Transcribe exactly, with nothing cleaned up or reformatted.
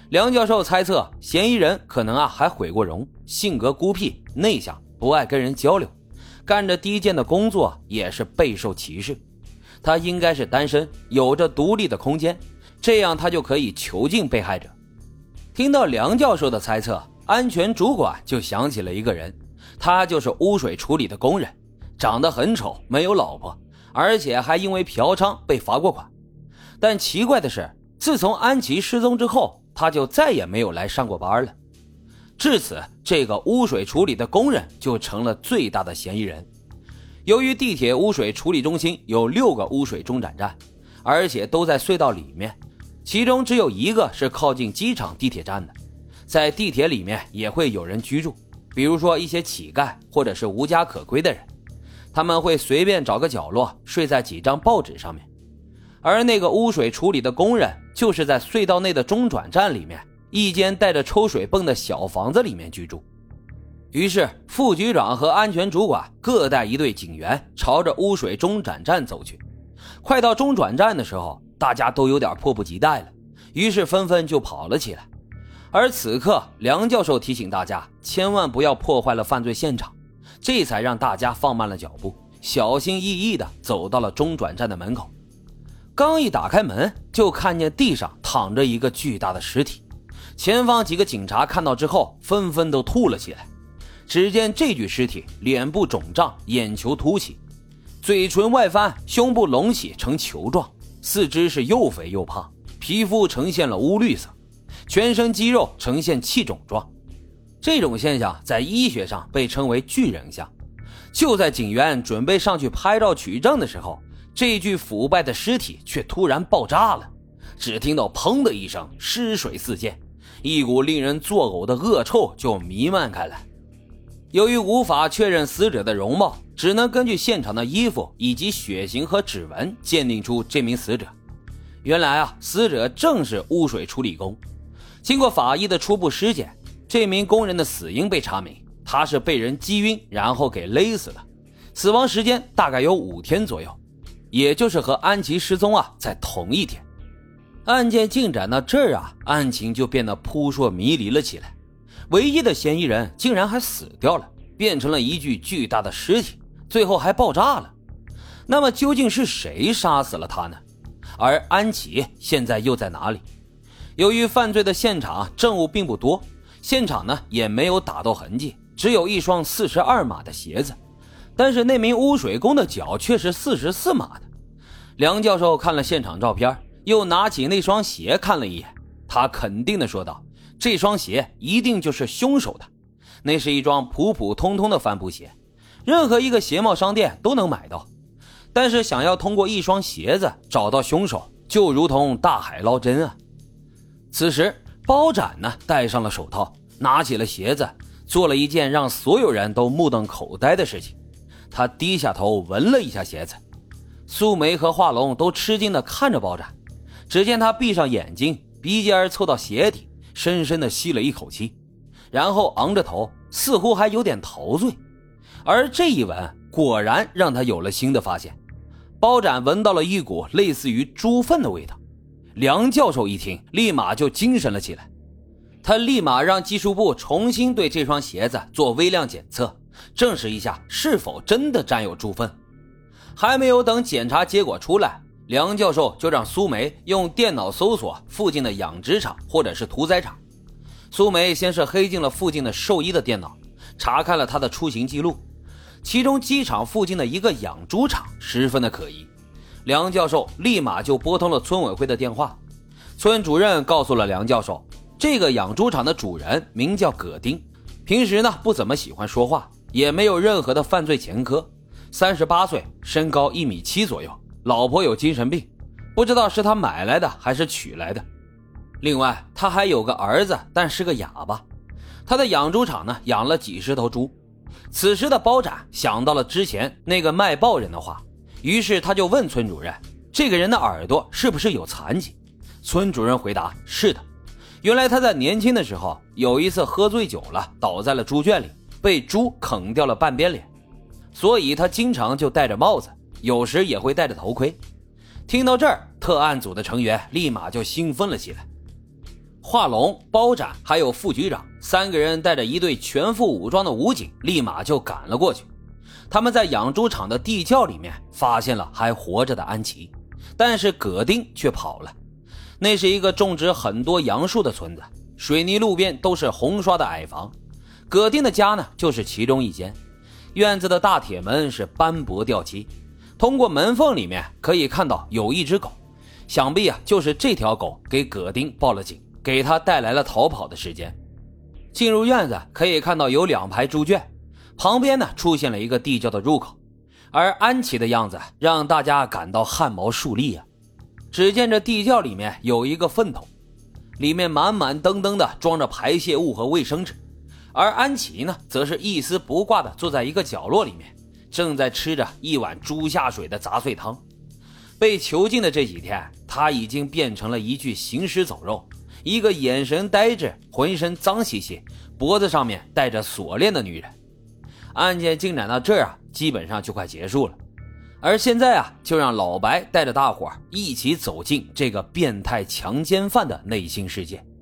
梁教授猜测嫌疑人可能啊还毁过容，性格孤僻内向，不爱跟人交流，干着低贱的工作也是备受歧视。他应该是单身，有着独立的空间，这样他就可以囚禁被害者。听到梁教授的猜测，安全主管就想起了一个人，他就是污水处理的工人，长得很丑，没有老婆，而且还因为嫖娼被罚过款。但奇怪的是，自从安琪失踪之后，他就再也没有来上过班了。至此，这个污水处理的工人就成了最大的嫌疑人。由于地铁污水处理中心有六个污水中转站，而且都在隧道里面，其中只有一个是靠近机场地铁站的。在地铁里面也会有人居住，比如说一些乞丐或者是无家可归的人，他们会随便找个角落睡在几张报纸上面。而那个污水处理的工人就是在隧道内的中转站里面一间带着抽水泵的小房子里面居住。于是副局长和安全主管各带一队警员朝着污水中转站走去。快到中转站的时候，大家都有点迫不及待了，于是纷纷就跑了起来。而此刻梁教授提醒大家千万不要破坏了犯罪现场，这才让大家放慢了脚步，小心翼翼地走到了中转站的门口。刚一打开门，就看见地上躺着一个巨大的尸体。前方几个警察看到之后纷纷都吐了起来。只见这具尸体脸部肿胀，眼球凸起，嘴唇外翻，胸部隆起成球状，四肢是又肥又胖，皮肤呈现了乌绿色，全身肌肉呈现气肿状。这种现象在医学上被称为巨人像。就在警员准备上去拍照取证的时候，这具腐败的尸体却突然爆炸了，只听到砰的一声，尸水四溅，一股令人作呕的恶臭就弥漫开来。由于无法确认死者的容貌，只能根据现场的衣服以及血型和指纹鉴定出这名死者。原来啊，死者正是污水处理工。经过法医的初步尸检，这名工人的死因被查明，他是被人击晕然后给勒死的，死亡时间大概有五天左右，也就是和安琪失踪啊在同一天。案件进展到这儿啊，案情就变得扑朔迷离了起来。唯一的嫌疑人竟然还死掉了，变成了一具巨大的尸体，最后还爆炸了。那么究竟是谁杀死了他呢？而安琪现在又在哪里？由于犯罪的现场证物并不多，现场呢也没有打斗痕迹，只有一双四十二码的鞋子，但是那名污水工的脚却是四十四码的。梁教授看了现场照片，又拿起那双鞋看了一眼，他肯定地说道，这双鞋一定就是凶手的。那是一双普普通通的帆布鞋，任何一个鞋帽商店都能买到，但是想要通过一双鞋子找到凶手，就如同大海捞针啊。此时包斩呢戴上了手套，拿起了鞋子，做了一件让所有人都目瞪口呆的事情。他低下头闻了一下鞋子，苏梅和华龙都吃惊地看着包斩。只见他闭上眼睛，鼻尖凑到鞋底，深深地吸了一口气，然后昂着头，似乎还有点陶醉。而这一闻果然让他有了新的发现，包斩闻到了一股类似于猪粪的味道。梁教授一听，立马就精神了起来，他立马让技术部重新对这双鞋子做微量检测，证实一下是否真的沾有猪粪。还没有等检查结果出来，梁教授就让苏梅用电脑搜索附近的养殖场或者是屠宰场。苏梅先是黑进了附近的兽医的电脑，查看了他的出行记录，其中机场附近的一个养猪场十分的可疑。梁教授立马就拨通了村委会的电话，村主任告诉了梁教授，这个养猪场的主人名叫葛丁，平时呢不怎么喜欢说话，也没有任何的犯罪前科，三十八岁，身高一米七左右，老婆有精神病，不知道是他买来的还是娶来的。另外他还有个儿子，但是个哑巴。他的养猪场呢养了几十头猪。此时的包斩想到了之前那个卖报人的话，于是他就问村主任，这个人的耳朵是不是有残疾？村主任回答，是的。原来他在年轻的时候有一次喝醉酒了，倒在了猪圈里，被猪啃掉了半边脸，所以他经常就戴着帽子，有时也会戴着头盔。听到这儿，特案组的成员立马就兴奋了起来。 华龙、包斩还有副局长三个人带着一队全副武装的武警立马就赶了过去。他们在养猪场的地窖里面发现了还活着的安琪，但是葛丁却跑了。那是一个种植很多杨树的村子，水泥路边都是红刷的矮房，葛丁的家呢就是其中一间。院子的大铁门是斑驳掉漆，通过门缝里面可以看到有一只狗，想必啊就是这条狗给葛丁报了警，给他带来了逃跑的时间。进入院子可以看到有两排猪圈，旁边呢出现了一个地窖的入口，而安琪的样子让大家感到汗毛竖立啊。只见这地窖里面有一个粪桶，里面满满登登的装着排泄物和卫生纸，而安琪呢则是一丝不挂的坐在一个角落里面，正在吃着一碗猪下水的杂碎汤。被囚禁的这几天，他已经变成了一具行尸走肉，一个眼神呆滞、浑身脏兮兮、脖子上面带着锁链的女人。案件进展到这儿啊，基本上就快结束了。而现在啊，就让老白带着大伙一起走进这个变态强奸犯的内心世界。